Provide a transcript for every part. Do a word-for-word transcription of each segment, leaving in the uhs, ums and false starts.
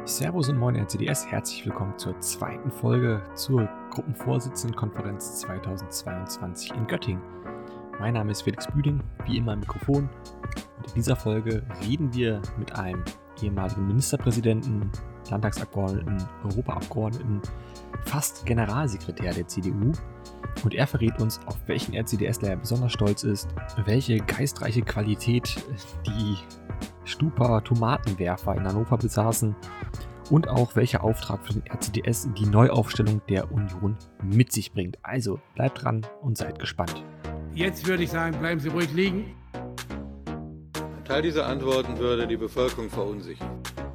Servus und moin R C D S, herzlich willkommen zur zweiten Folge zur Gruppenvorsitzendenkonferenz zweitausendzweiundzwanzig in Göttingen. Mein Name ist Felix Büding, wie immer am Mikrofon, und in dieser Folge reden wir mit einem ehemaligen Ministerpräsidenten, Landtagsabgeordneten, Europaabgeordneten, fast Generalsekretär der C D U, und er verrät uns, auf welchen R C D S er besonders stolz ist, welche geistreiche Qualität die Stupa-Tomatenwerfer in Hannover besaßen und auch welcher Auftrag für den R C D S die Neuaufstellung der Union mit sich bringt. Also bleibt dran und seid gespannt. Jetzt würde ich sagen, bleiben Sie ruhig liegen. Ein Teil dieser Antworten würde die Bevölkerung verunsichern.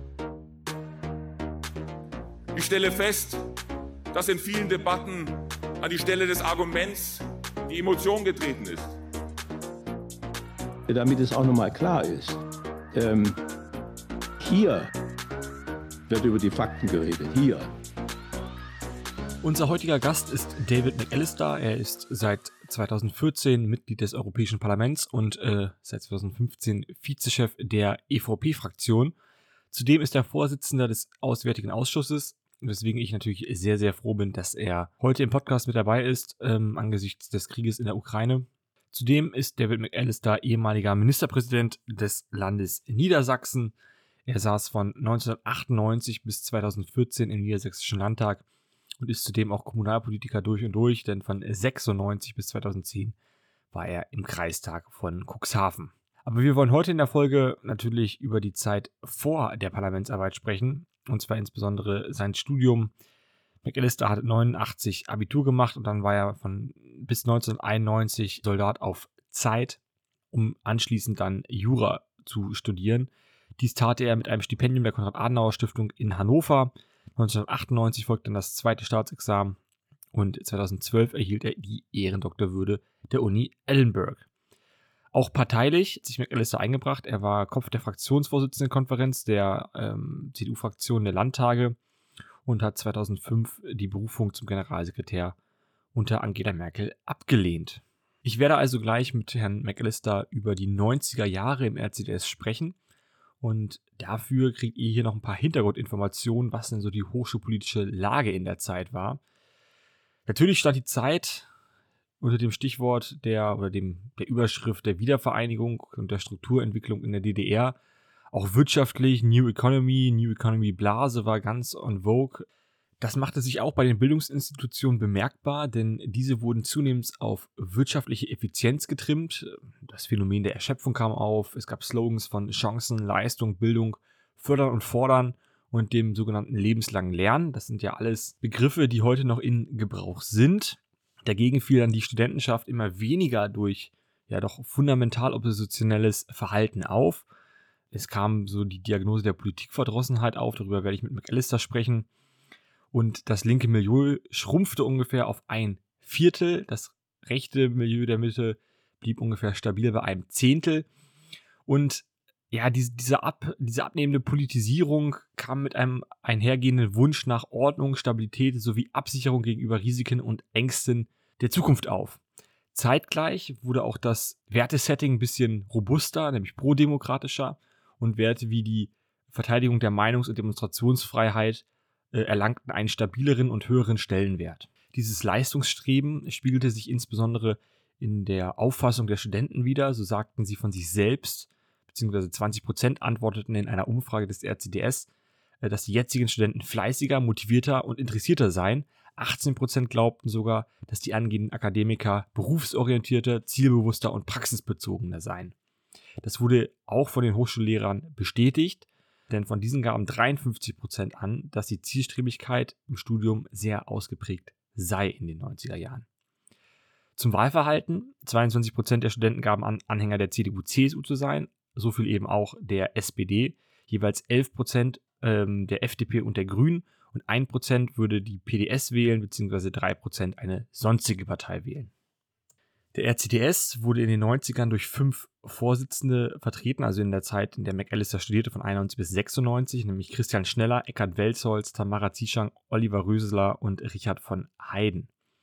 Ich stelle fest, dass in vielen Debatten an die Stelle des Arguments die Emotion getreten ist. Damit es auch nochmal klar ist, ähm, hier wird über die Fakten geredet, hier. Unser heutiger Gast ist David McAllister. Er ist seit zweitausendvierzehn Mitglied des Europäischen Parlaments und äh, seit zweitausendfünfzehn Vizechef der E V P-Fraktion. Zudem ist er Vorsitzender des Auswärtigen Ausschusses, weswegen ich natürlich sehr, sehr froh bin, dass er heute im Podcast mit dabei ist, ähm, angesichts des Krieges in der Ukraine. Zudem ist David McAllister ehemaliger Ministerpräsident des Landes Niedersachsen. Er saß von neunzehnhundertachtundneunzig bis zweitausendvierzehn im Niedersächsischen Landtag und ist zudem auch Kommunalpolitiker durch und durch, denn von sechsundneunzig bis zweitausendzehn war er im Kreistag von Cuxhaven. Aber wir wollen heute in der Folge natürlich über die Zeit vor der Parlamentsarbeit sprechen, und zwar insbesondere sein Studium. McAllister hat neunundachtzig Abitur gemacht und dann war er von bis neunzehnhunderteinundneunzig Soldat auf Zeit, um anschließend dann Jura zu studieren. Dies tat er mit einem Stipendium der Konrad-Adenauer-Stiftung in Hannover. neunzehnhundertachtundneunzig folgte dann das zweite Staatsexamen und zweitausendzwölf erhielt er die Ehrendoktorwürde der Uni Edinburgh. Auch parteilich hat sich McAllister eingebracht. Er war Kopf der Fraktionsvorsitzendenkonferenz der ähm, C D U-Fraktion der Landtage und hat zweitausendfünf die Berufung zum Generalsekretär unter Angela Merkel abgelehnt. Ich werde also gleich mit Herrn McAllister über die neunziger Jahre im R C D S sprechen, und dafür kriegt ihr hier noch ein paar Hintergrundinformationen, was denn so die hochschulpolitische Lage in der Zeit war. Natürlich stand die Zeit unter dem Stichwort der oder dem der Überschrift der Wiedervereinigung und der Strukturentwicklung in der D D R. Auch wirtschaftlich, New Economy, New Economy Blase war ganz en vogue. Das machte sich auch bei den Bildungsinstitutionen bemerkbar, denn diese wurden zunehmend auf wirtschaftliche Effizienz getrimmt. Das Phänomen der Erschöpfung kam auf. Es gab Slogans von Chancen, Leistung, Bildung, Fördern und Fordern und dem sogenannten lebenslangen Lernen. Das sind ja alles Begriffe, die heute noch in Gebrauch sind. Dagegen fiel dann die Studentenschaft immer weniger durch ja doch fundamental oppositionelles Verhalten auf. Es kam so die Diagnose der Politikverdrossenheit auf, darüber werde ich mit McAllister sprechen. Und das linke Milieu schrumpfte ungefähr auf ein Viertel. Das rechte Milieu der Mitte blieb ungefähr stabil bei einem Zehntel. Und ja, diese, diese, ab, diese abnehmende Politisierung kam mit einem einhergehenden Wunsch nach Ordnung, Stabilität sowie Absicherung gegenüber Risiken und Ängsten der Zukunft auf. Zeitgleich wurde auch das Wertesetting ein bisschen robuster, nämlich prodemokratischer, und Werte wie die Verteidigung der Meinungs- und Demonstrationsfreiheit äh, erlangten einen stabileren und höheren Stellenwert. Dieses Leistungsstreben spiegelte sich insbesondere in der Auffassung der Studenten wider, so sagten sie von sich selbst, beziehungsweise zwanzig Prozent antworteten in einer Umfrage des R C D S, äh, dass die jetzigen Studenten fleißiger, motivierter und interessierter seien. achtzehn Prozent glaubten sogar, dass die angehenden Akademiker berufsorientierter, zielbewusster und praxisbezogener seien. Das wurde auch von den Hochschullehrern bestätigt, denn von diesen gaben dreiundfünfzig Prozent an, dass die Zielstrebigkeit im Studium sehr ausgeprägt sei in den neunziger Jahren. Zum Wahlverhalten: zweiundzwanzig Prozent der Studenten gaben an, Anhänger der C D U C S U zu sein, so viel eben auch der S P D, jeweils elf Prozent ähm, der F D P und der Grünen, und ein Prozent würde die P D S wählen, beziehungsweise drei Prozent eine sonstige Partei wählen. Der R C D S wurde in den neunzigern durch fünf Vorsitzende vertreten, also in der Zeit, in der McAllister studierte, von einundneunzig bis sechsundneunzig, nämlich Christian Schneller, Eckhard Welzholz, Tamara Zieschang, Oliver Rösler und Richard von Heyden.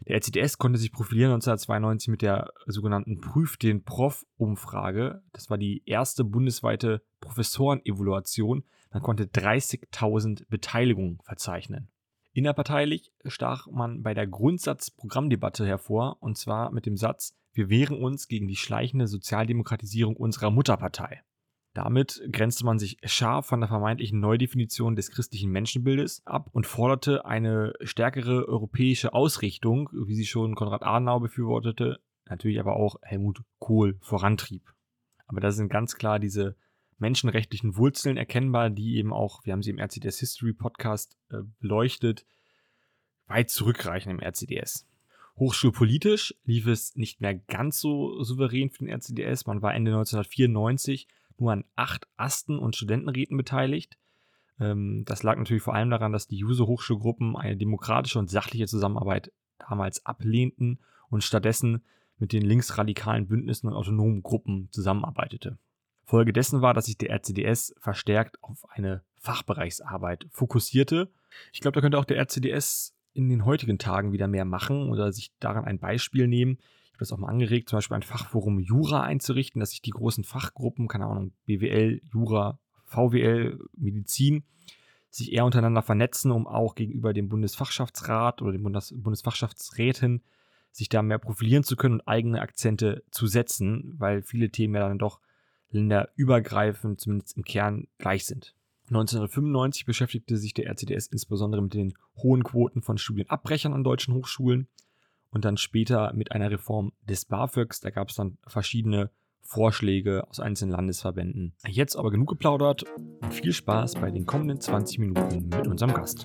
Der R C D S konnte sich profilieren neunzehnhundertzweiundneunzig mit der sogenannten Prüf den Prof-Umfrage. Das war die erste bundesweite Professorenevaluation. Man konnte dreißigtausend Beteiligungen verzeichnen. Innerparteilich stach man bei der Grundsatzprogrammdebatte hervor, und zwar mit dem Satz: Wir wehren uns gegen die schleichende Sozialdemokratisierung unserer Mutterpartei. Damit grenzte man sich scharf von der vermeintlichen Neudefinition des christlichen Menschenbildes ab und forderte eine stärkere europäische Ausrichtung, wie sie schon Konrad Adenauer befürwortete, natürlich aber auch Helmut Kohl vorantrieb. Aber da sind ganz klar diese menschenrechtlichen Wurzeln erkennbar, die eben auch, wir haben sie im R C D S History Podcast äh, beleuchtet, weit zurückreichen im R C D S. Hochschulpolitisch lief es nicht mehr ganz so souverän für den R C D S. Man war Ende neunzehnhundertvierundneunzig nur an acht Asten- und Studentenräten beteiligt. Ähm, das lag natürlich vor allem daran, dass die Juso-Hochschulgruppen eine demokratische und sachliche Zusammenarbeit damals ablehnten und stattdessen mit den linksradikalen Bündnissen und autonomen Gruppen zusammenarbeitete. Folge dessen war, dass sich der R C D S verstärkt auf eine Fachbereichsarbeit fokussierte. Ich glaube, da könnte auch der R C D S in den heutigen Tagen wieder mehr machen oder sich daran ein Beispiel nehmen. Ich habe das auch mal angeregt, zum Beispiel ein Fachforum Jura einzurichten, dass sich die großen Fachgruppen, keine Ahnung, B W L, Jura, V W L, Medizin, sich eher untereinander vernetzen, um auch gegenüber dem Bundesfachschaftsrat oder den Bundes- Bundesfachschaftsräten sich da mehr profilieren zu können und eigene Akzente zu setzen, weil viele Themen ja dann doch länderübergreifend, zumindest im Kern, gleich sind. neunzehnhundertfünfundneunzig beschäftigte sich der R C D S insbesondere mit den hohen Quoten von Studienabbrechern an deutschen Hochschulen und dann später mit einer Reform des BAföGs. Da gab es dann verschiedene Vorschläge aus einzelnen Landesverbänden. Jetzt aber genug geplaudert und viel Spaß bei den kommenden zwanzig Minuten mit unserem Gast.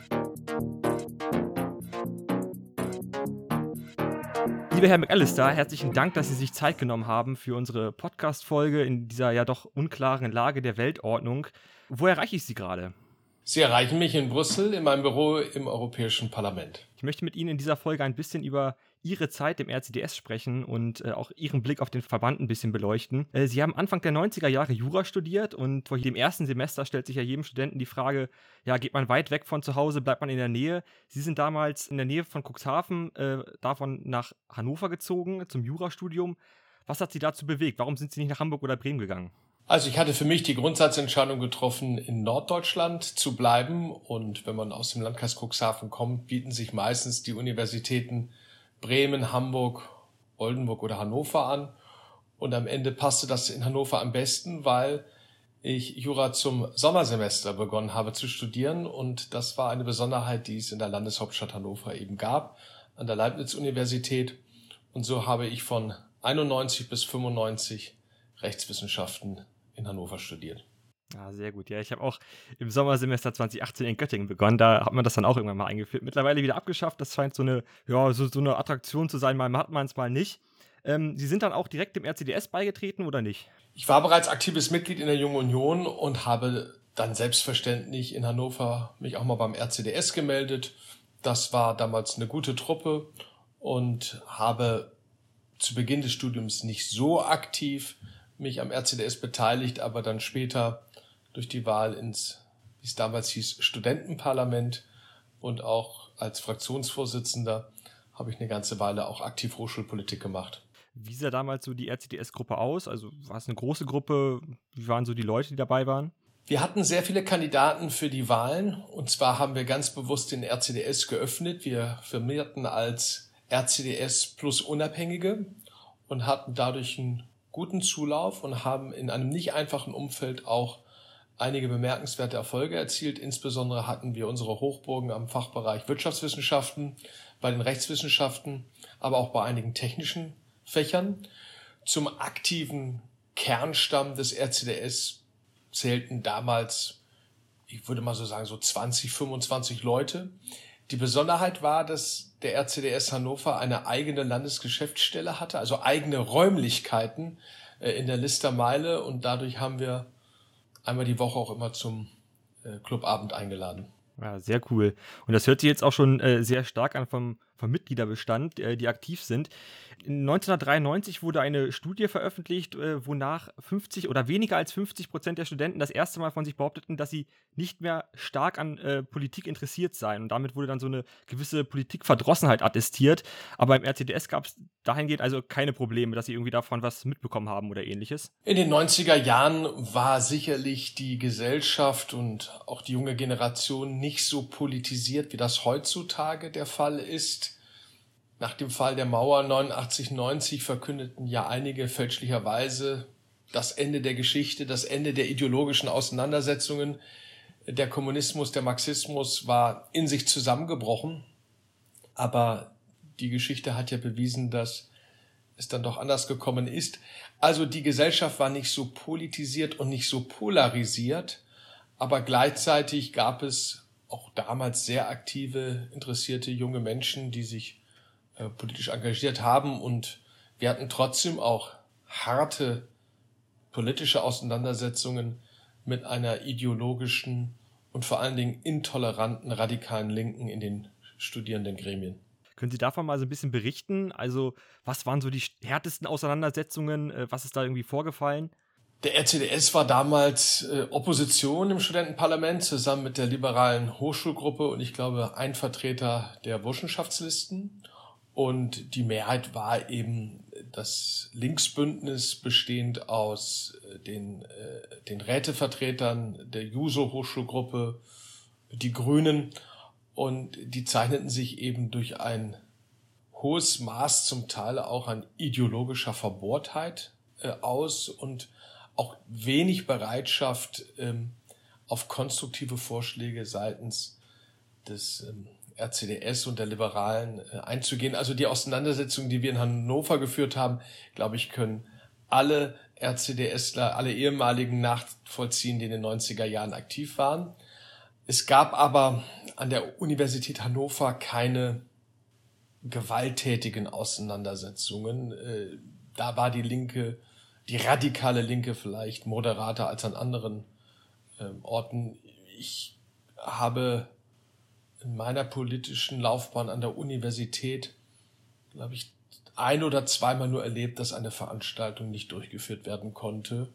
Lieber Herr McAllister, herzlichen Dank, dass Sie sich Zeit genommen haben für unsere Podcast-Folge in dieser ja doch unklaren Lage der Weltordnung. Wo erreiche ich Sie gerade? Sie erreichen mich in Brüssel in meinem Büro im Europäischen Parlament. Ich möchte mit Ihnen in dieser Folge ein bisschen über Ihre Zeit im R C D S sprechen und äh, auch Ihren Blick auf den Verband ein bisschen beleuchten. Äh, Sie haben Anfang der neunziger Jahre Jura studiert und vor dem ersten Semester stellt sich ja jedem Studenten die Frage, ja, geht man weit weg von zu Hause, bleibt man in der Nähe? Sie sind damals in der Nähe von Cuxhaven, äh, davon nach Hannover gezogen zum Jurastudium. Was hat Sie dazu bewegt? Warum sind Sie nicht nach Hamburg oder Bremen gegangen? Also ich hatte für mich die Grundsatzentscheidung getroffen, in Norddeutschland zu bleiben. Und wenn man aus dem Landkreis Cuxhaven kommt, bieten sich meistens die Universitäten Bremen, Hamburg, Oldenburg oder Hannover an. Und am Ende passte das in Hannover am besten, weil ich Jura zum Sommersemester begonnen habe zu studieren. Und das war eine Besonderheit, die es in der Landeshauptstadt Hannover eben gab, an der Leibniz-Universität. Und so habe ich von einundneunzig bis fünfundneunzig Rechtswissenschaften in Hannover studiert. Ah, sehr gut. Ja, ich habe auch im Sommersemester zweitausendachtzehn in Göttingen begonnen. Da hat man das dann auch irgendwann mal eingeführt. Mittlerweile wieder abgeschafft. Das scheint so eine, ja, so, so eine Attraktion zu sein. Mal hat man es, mal nicht. Ähm, Sie sind dann auch direkt dem R C D S beigetreten oder nicht? Ich war bereits aktives Mitglied in der Jungen Union und habe dann selbstverständlich in Hannover mich auch mal beim R C D S gemeldet. Das war damals eine gute Truppe und habe zu Beginn des Studiums nicht so aktiv mich am R C D S beteiligt, aber dann später durch die Wahl ins, wie es damals hieß, Studentenparlament und auch als Fraktionsvorsitzender habe ich eine ganze Weile auch aktiv Hochschulpolitik gemacht. Wie sah damals so die R C D S-Gruppe aus? Also war es eine große Gruppe? Wie waren so die Leute, die dabei waren? Wir hatten sehr viele Kandidaten für die Wahlen und zwar haben wir ganz bewusst den R C D S geöffnet. Wir firmierten als R C D S plus Unabhängige und hatten dadurch einen guten Zulauf und haben in einem nicht einfachen Umfeld auch einige bemerkenswerte Erfolge erzielt. Insbesondere hatten wir unsere Hochburgen am Fachbereich Wirtschaftswissenschaften, bei den Rechtswissenschaften, aber auch bei einigen technischen Fächern. Zum aktiven Kernstamm des R C D S zählten damals, ich würde mal so sagen, so zwanzig, fünfundzwanzig Leute. Die Besonderheit war, dass der R C D S Hannover eine eigene Landesgeschäftsstelle hatte, also eigene Räumlichkeiten äh, in der Listermeile und dadurch haben wir einmal die Woche auch immer zum äh, Clubabend eingeladen. Ja, sehr cool. Und das hört sich jetzt auch schon äh, sehr stark an vom, vom Mitgliederbestand, äh, die aktiv sind. neunzehnhundertdreiundneunzig wurde eine Studie veröffentlicht, äh, wonach fünfzig oder weniger als fünfzig Prozent der Studenten das erste Mal von sich behaupteten, dass sie nicht mehr stark an äh, Politik interessiert seien. Und damit wurde dann so eine gewisse Politikverdrossenheit attestiert. Aber im R C D S gab es dahingehend also keine Probleme, dass sie irgendwie davon was mitbekommen haben oder ähnliches. In den neunziger Jahren war sicherlich die Gesellschaft und auch die junge Generation nicht so politisiert, wie das heutzutage der Fall ist. Nach dem Fall der Mauer neunundachtzig neunzig verkündeten ja einige fälschlicherweise das Ende der Geschichte, das Ende der ideologischen Auseinandersetzungen. Der Kommunismus, der Marxismus war in sich zusammengebrochen. Aber die Geschichte hat ja bewiesen, dass es dann doch anders gekommen ist. Also die Gesellschaft war nicht so politisiert und nicht so polarisiert, aber gleichzeitig gab es auch damals sehr aktive, interessierte junge Menschen, die sich äh, politisch engagiert haben, und wir hatten trotzdem auch harte politische Auseinandersetzungen mit einer ideologischen und vor allen Dingen intoleranten, radikalen Linken in den Studierendengremien. Können Sie davon mal so ein bisschen berichten? Also, was waren so die härtesten Auseinandersetzungen? Äh, was ist da irgendwie vorgefallen? Der R C D S war damals äh, Opposition im Studentenparlament zusammen mit der liberalen Hochschulgruppe und ich glaube ein Vertreter der Burschenschaftslisten. Und die Mehrheit war eben das Linksbündnis, bestehend aus äh, den, äh, den Rätevertretern der Juso-Hochschulgruppe, die Grünen. Und die zeichneten sich eben durch ein hohes Maß zum Teil auch an ideologischer Verbohrtheit äh, aus und auch wenig Bereitschaft ähm, auf konstruktive Vorschläge seitens des ähm, R C D S und der Liberalen äh, einzugehen. Also die Auseinandersetzungen, die wir in Hannover geführt haben, glaube ich, können alle RCDSler, alle ehemaligen nachvollziehen, die in den neunziger Jahren aktiv waren. Es gab aber an der Universität Hannover keine gewalttätigen Auseinandersetzungen. Da war die Linke, die radikale Linke vielleicht moderater als an anderen Orten. Ich habe in meiner politischen Laufbahn an der Universität, glaube ich, ein oder zweimal nur erlebt, dass eine Veranstaltung nicht durchgeführt werden konnte,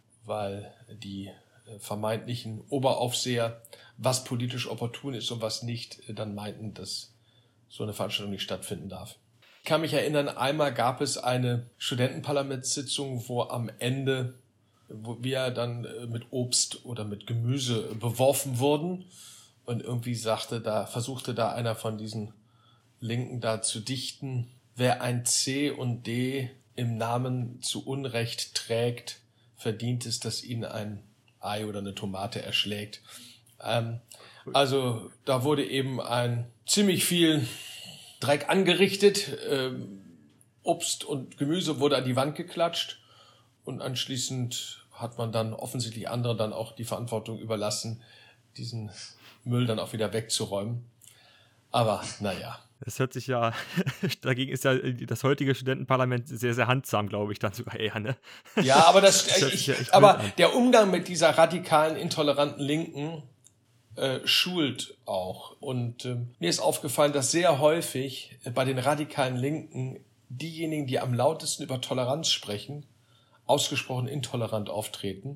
weil die vermeintlichen Oberaufseher, was politisch opportun ist und was nicht, dann meinten, dass so eine Veranstaltung nicht stattfinden darf. Ich kann mich erinnern, einmal gab es eine Studentenparlamentssitzung, wo am Ende, wo wir dann mit Obst oder mit Gemüse beworfen wurden und irgendwie sagte da, versuchte da einer von diesen Linken da zu dichten, wer ein C und D im Namen zu Unrecht trägt, verdient es, dass ihn ein Ei oder eine Tomate erschlägt. Ähm, also da wurde eben ein ziemlich viel Dreck angerichtet. Ähm, Obst und Gemüse wurde an die Wand geklatscht und anschließend hat man dann offensichtlich anderen dann auch die Verantwortung überlassen, diesen Müll dann auch wieder wegzuräumen. Aber naja. Das hört sich ja, dagegen ist ja das heutige Studentenparlament sehr, sehr handsam, glaube ich, dann sogar eher, ne? Ja, aber das, das ich, ja aber der Umgang mit dieser radikalen, intoleranten Linken äh, schult auch. Und äh, mir ist aufgefallen, dass sehr häufig äh, bei den radikalen Linken diejenigen, die am lautesten über Toleranz sprechen, ausgesprochen intolerant auftreten.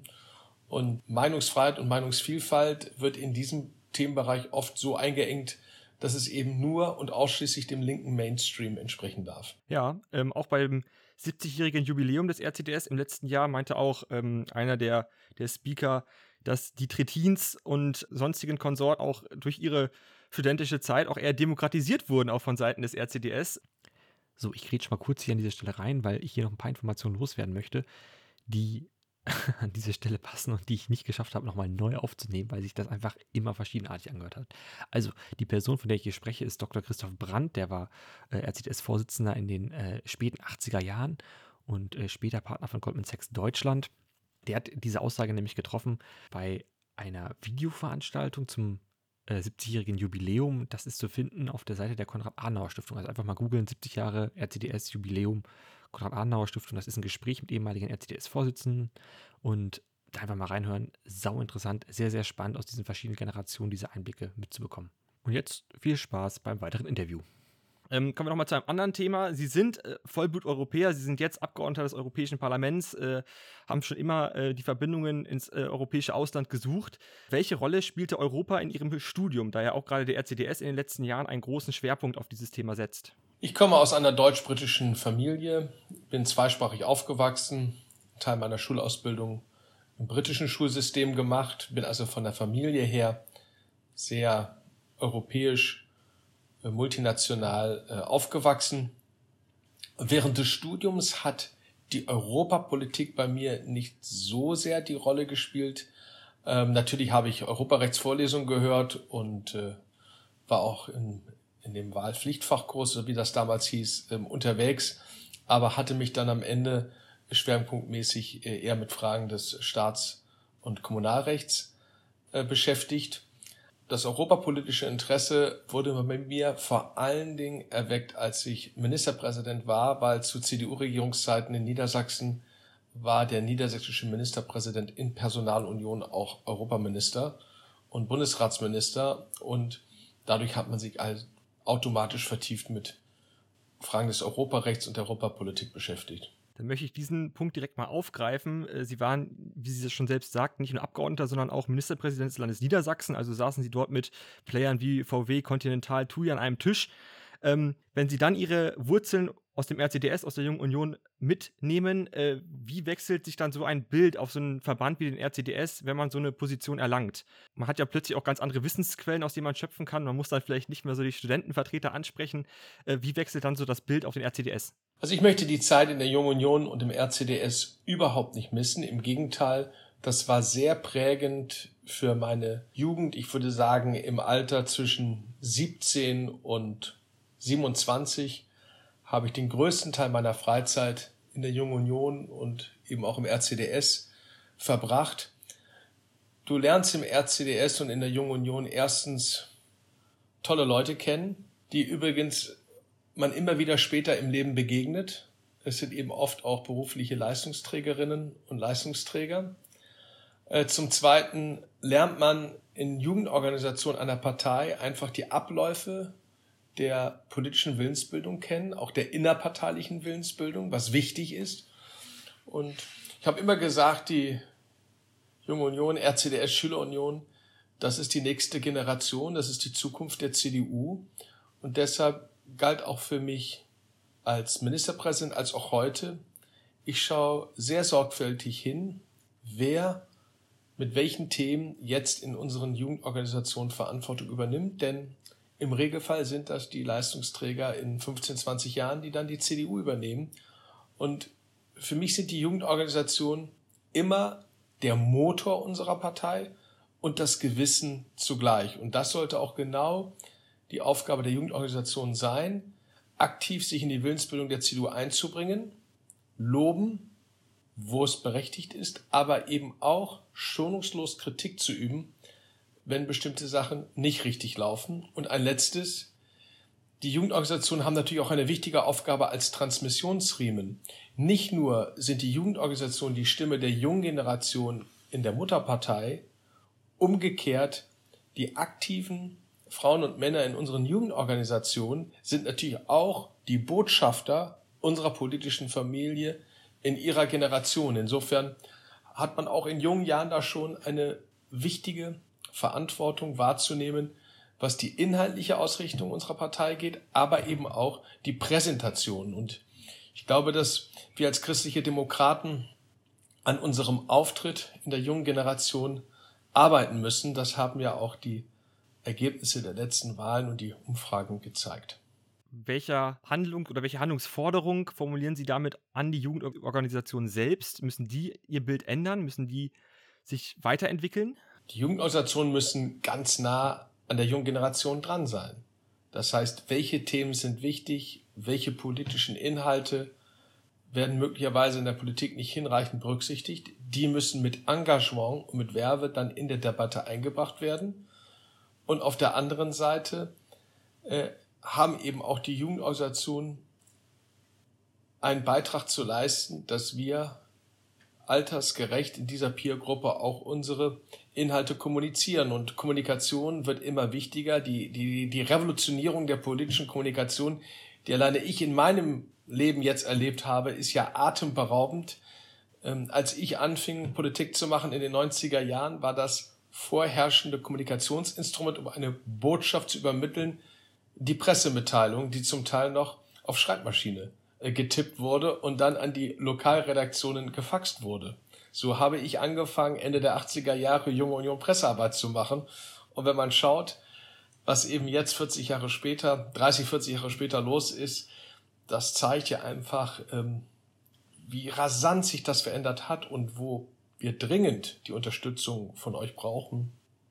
Und Meinungsfreiheit und Meinungsvielfalt wird in diesem Themenbereich oft so eingeengt, dass es eben nur und ausschließlich dem linken Mainstream entsprechen darf. Ja, ähm, auch beim siebzigjährigen Jubiläum des R C D S im letzten Jahr meinte auch ähm, einer der, der Speaker, dass die Tritins und sonstigen Konsort auch durch ihre studentische Zeit auch eher demokratisiert wurden, auch von Seiten des R C D S. So, ich grätsch mal kurz hier an diese Stelle rein, weil ich hier noch ein paar Informationen loswerden möchte, die an diese Stelle passen und die ich nicht geschafft habe, nochmal neu aufzunehmen, weil sich das einfach immer verschiedenartig angehört hat. Also, die Person, von der ich hier spreche, ist Doktor Christoph Brandt, der war äh, R C D S-Vorsitzender in den äh, späten achtziger Jahren und äh, später Partner von Goldman Sachs Deutschland. Der hat diese Aussage nämlich getroffen bei einer Videoveranstaltung zum äh, siebzigjährigen Jubiläum. Das ist zu finden auf der Seite der Konrad-Adenauer-Stiftung. Also einfach mal googeln, siebzig Jahre R C D S-Jubiläum Konrad-Adenauer-Stiftung. Das ist ein Gespräch mit ehemaligen R C D S-Vorsitzenden und da einfach mal reinhören. Sau interessant, sehr, sehr spannend, aus diesen verschiedenen Generationen diese Einblicke mitzubekommen. Und jetzt viel Spaß beim weiteren Interview. Ähm, kommen wir nochmal zu einem anderen Thema. Sie sind äh, Vollblut-Europäer, Sie sind jetzt Abgeordneter des Europäischen Parlaments, äh, haben schon immer äh, die Verbindungen ins äh, europäische Ausland gesucht. Welche Rolle spielte Europa in Ihrem Studium, da ja auch gerade der R C D S in den letzten Jahren einen großen Schwerpunkt auf dieses Thema setzt? Ich komme aus einer deutsch-britischen Familie, bin zweisprachig aufgewachsen, Teil meiner Schulausbildung im britischen Schulsystem gemacht, bin also von der Familie her sehr europäisch, multinational äh, aufgewachsen. Während des Studiums hat die Europapolitik bei mir nicht so sehr die Rolle gespielt. Ähm, natürlich habe ich Europarechtsvorlesungen gehört und äh, war auch in, in dem Wahlpflichtfachkurs, so wie das damals hieß, ähm, unterwegs, aber hatte mich dann am Ende schwerpunktmäßig äh, eher mit Fragen des Staats- und Kommunalrechts äh, beschäftigt. Das europapolitische Interesse wurde bei mir vor allen Dingen erweckt, als ich Ministerpräsident war, weil zu C D U-Regierungszeiten in Niedersachsen war der niedersächsische Ministerpräsident in Personalunion auch Europaminister und Bundesratsminister und dadurch hat man sich automatisch vertieft mit Fragen des Europarechts und der Europapolitik beschäftigt. Dann möchte ich diesen Punkt direkt mal aufgreifen. Sie waren, wie Sie es schon selbst sagten, nicht nur Abgeordneter, sondern auch Ministerpräsident des Landes Niedersachsen. Also saßen Sie dort mit Playern wie V W, Continental, TUI an einem Tisch. Ähm, wenn Sie dann Ihre Wurzeln aus dem R C D S, aus der Jungen Union mitnehmen, äh, wie wechselt sich dann so ein Bild auf so einen Verband wie den R C D S, wenn man so eine Position erlangt? Man hat ja plötzlich auch ganz andere Wissensquellen, aus denen man schöpfen kann. Man muss dann vielleicht nicht mehr so die Studentenvertreter ansprechen. Äh, wie wechselt dann so das Bild auf den R C D S? Also ich möchte die Zeit in der Jungen Union und im R C D S überhaupt nicht missen. Im Gegenteil, das war sehr prägend für meine Jugend. Ich würde sagen, im Alter zwischen siebzehn und siebenundzwanzig habe ich den größten Teil meiner Freizeit in der Jungen Union und eben auch im R C D S verbracht. Du lernst im R C D S und in der Jungen Union erstens tolle Leute kennen, die übrigens man immer wieder später im Leben begegnet. Es sind eben oft auch berufliche Leistungsträgerinnen und Leistungsträger. Zum Zweiten lernt man in Jugendorganisationen einer Partei einfach die Abläufe der politischen Willensbildung kennen, auch der innerparteilichen Willensbildung, was wichtig ist. Und ich habe immer gesagt, die Junge Union, R C D S, Schülerunion, das ist die nächste Generation, das ist die Zukunft der C D U. Und deshalb galt auch für mich als Ministerpräsident, als auch heute, ich schaue sehr sorgfältig hin, wer mit welchen Themen jetzt in unseren Jugendorganisationen Verantwortung übernimmt, denn im Regelfall sind das die Leistungsträger in fünfzehn, zwanzig Jahren, die dann die C D U übernehmen. Und für mich sind die Jugendorganisationen immer der Motor unserer Partei und das Gewissen zugleich. Und das sollte auch genau die Aufgabe der Jugendorganisationen sein, aktiv sich in die Willensbildung der C D U einzubringen, loben, wo es berechtigt ist, aber eben auch schonungslos Kritik zu üben, wenn bestimmte Sachen nicht richtig laufen. Und ein letztes, die Jugendorganisationen haben natürlich auch eine wichtige Aufgabe als Transmissionsriemen. Nicht nur sind die Jugendorganisationen die Stimme der jungen Generation in der Mutterpartei, umgekehrt die aktiven Frauen und Männer in unseren Jugendorganisationen sind natürlich auch die Botschafter unserer politischen Familie in ihrer Generation. Insofern hat man auch in jungen Jahren da schon eine wichtige Verantwortung wahrzunehmen, was die inhaltliche Ausrichtung unserer Partei geht, aber eben auch die Präsentation. Und ich glaube, dass wir als christliche Demokraten an unserem Auftritt in der jungen Generation arbeiten müssen. Das haben ja auch die Ergebnisse der letzten Wahlen und die Umfragen gezeigt. Welcher Handlung oder welche Handlungsforderung formulieren Sie damit an die Jugendorganisation selbst? Müssen die ihr Bild ändern? Müssen die sich weiterentwickeln? Die Jugendorganisationen müssen ganz nah an der jungen Generation dran sein. Das heißt, welche Themen sind wichtig, welche politischen Inhalte werden möglicherweise in der Politik nicht hinreichend berücksichtigt. Die müssen mit Engagement und mit Verve dann in der Debatte eingebracht werden. Und auf der anderen Seite äh, haben eben auch die Jugendorganisationen einen Beitrag zu leisten, dass wir altersgerecht in dieser Peergruppe auch unsere Inhalte kommunizieren. Und Kommunikation wird immer wichtiger. Die, die, die Revolutionierung der politischen Kommunikation, die alleine ich in meinem Leben jetzt erlebt habe, ist ja atemberaubend. Ähm, als ich anfing, Politik zu machen in den neunziger Jahren, war das vorherrschende Kommunikationsinstrument, um eine Botschaft zu übermitteln, die Pressemitteilung, die zum Teil noch auf Schreibmaschine äh, getippt wurde und dann an die Lokalredaktionen gefaxt wurde. So habe ich angefangen, Ende der achtziger Jahre Junge Union Pressearbeit zu machen. Und wenn man schaut, was eben jetzt vierzig Jahre später, dreißig, vierzig Jahre später los ist, das zeigt ja einfach, ähm, wie rasant sich das verändert hat und wo wir dringend die Unterstützung von euch brauchen,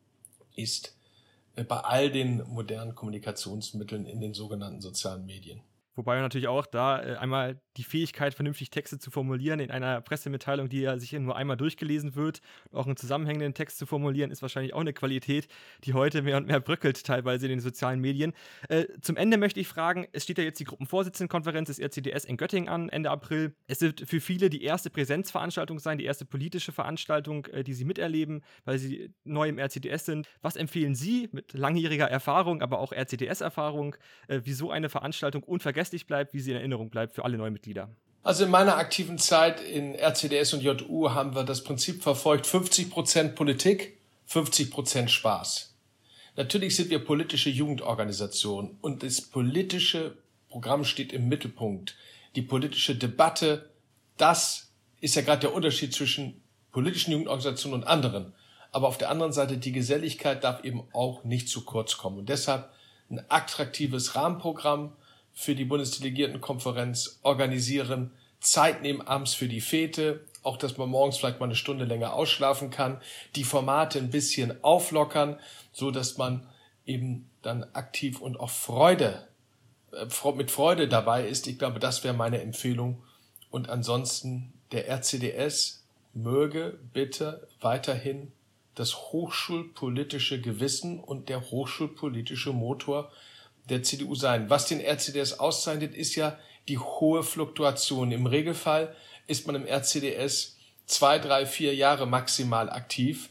ist äh, bei all den modernen Kommunikationsmitteln in den sogenannten sozialen Medien. Wobei natürlich auch da äh, einmal die Fähigkeit, vernünftig Texte zu formulieren in einer Pressemitteilung, die ja sicher nur einmal durchgelesen wird, auch einen zusammenhängenden Text zu formulieren, ist wahrscheinlich auch eine Qualität, die heute mehr und mehr bröckelt, teilweise in den sozialen Medien. Äh, zum Ende möchte ich fragen, es steht ja jetzt die Gruppenvorsitzendenkonferenz des R C D S in Göttingen an, Ende April. Es wird für viele die erste Präsenzveranstaltung sein, die erste politische Veranstaltung, äh, die sie miterleben, weil sie neu im R C D S sind. Was empfehlen Sie mit langjähriger Erfahrung, aber auch R C D S-Erfahrung, äh, wie so eine Veranstaltung unvergesslich bleibt, wie sie in Erinnerung bleibt für alle Neumitglieder? Also in meiner aktiven Zeit in R C D S und J U haben wir das Prinzip verfolgt, fünfzig Prozent Politik, fünfzig Prozent Spaß. Natürlich sind wir politische Jugendorganisation und das politische Programm steht im Mittelpunkt. Die politische Debatte, das ist ja gerade der Unterschied zwischen politischen Jugendorganisationen und anderen. Aber auf der anderen Seite, die Geselligkeit darf eben auch nicht zu kurz kommen. Und deshalb ein attraktives Rahmenprogramm für die Bundesdelegiertenkonferenz organisieren, Zeit nehmen abends für die Fete, auch dass man morgens vielleicht mal eine Stunde länger ausschlafen kann, die Formate ein bisschen auflockern, so dass man eben dann aktiv und auch Freude, äh, mit Freude dabei ist. Ich glaube, das wäre meine Empfehlung. Und ansonsten, der R C D S möge bitte weiterhin das hochschulpolitische Gewissen und der hochschulpolitische Motor der C D U sein. Was den R C D S auszeichnet, ist ja die hohe Fluktuation. Im Regelfall ist man im R C D S zwei, drei, vier Jahre maximal aktiv.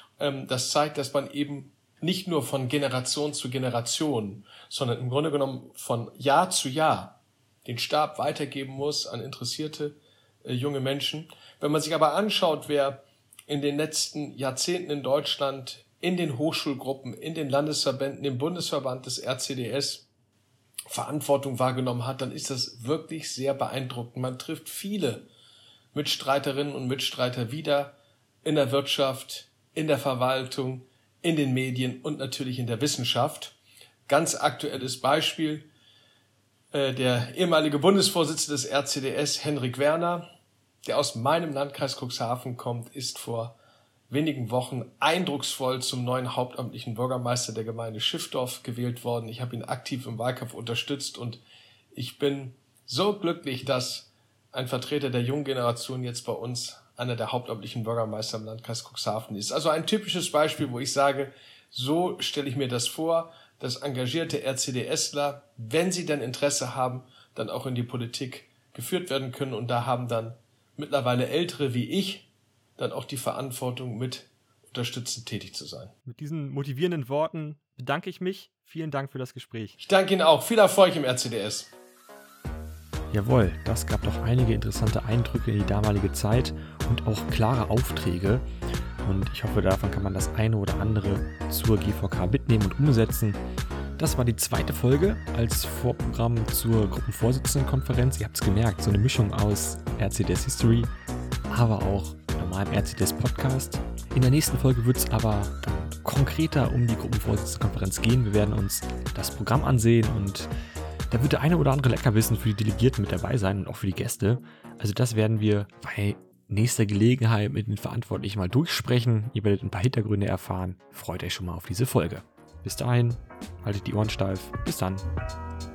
Das zeigt, dass man eben nicht nur von Generation zu Generation, sondern im Grunde genommen von Jahr zu Jahr den Stab weitergeben muss an interessierte äh, junge Menschen. Wenn man sich aber anschaut, wer in den letzten Jahrzehnten in Deutschland in den Hochschulgruppen, in den Landesverbänden, im Bundesverband des R C D S Verantwortung wahrgenommen hat, dann ist das wirklich sehr beeindruckend. Man trifft viele Mitstreiterinnen und Mitstreiter wieder in der Wirtschaft, in der Verwaltung, in den Medien und natürlich in der Wissenschaft. Ganz aktuelles Beispiel, äh, der ehemalige Bundesvorsitzende des R C D S, Henrik Werner, der aus meinem Landkreis Cuxhaven kommt, ist vor wenigen Wochen eindrucksvoll zum neuen hauptamtlichen Bürgermeister der Gemeinde Schiffdorf gewählt worden. Ich habe ihn aktiv im Wahlkampf unterstützt und ich bin so glücklich, dass ein Vertreter der jungen Generation jetzt bei uns einer der hauptamtlichen Bürgermeister im Landkreis Cuxhaven ist. Also ein typisches Beispiel, wo ich sage, so stelle ich mir das vor, dass engagierte RCDSler, wenn sie dann Interesse haben, dann auch in die Politik geführt werden können und da haben dann mittlerweile Ältere wie ich dann auch die Verantwortung, mit unterstützend tätig zu sein. Mit diesen motivierenden Worten bedanke ich mich. Vielen Dank für das Gespräch. Ich danke Ihnen auch. Viel Erfolg im R C D S. Jawohl, das gab doch einige interessante Eindrücke in die damalige Zeit und auch klare Aufträge. Und ich hoffe, davon kann man das eine oder andere zur G V K mitnehmen und umsetzen. Das war die zweite Folge als Vorprogramm zur Gruppenvorsitzendenkonferenz. Ihr habt es gemerkt, so eine Mischung aus R C D S History, aber auch normalem R C D S Podcast. In der nächsten Folge wird es aber dann konkreter um die Gruppenvorsitzendenkonferenz gehen. Wir werden uns das Programm ansehen und da wird der eine oder andere Leckerbissen für die Delegierten mit dabei sein und auch für die Gäste. Also das werden wir bei nächster Gelegenheit mit den Verantwortlichen mal durchsprechen. Ihr werdet ein paar Hintergründe erfahren. Freut euch schon mal auf diese Folge. Bis dahin, haltet die Ohren steif. Bis dann.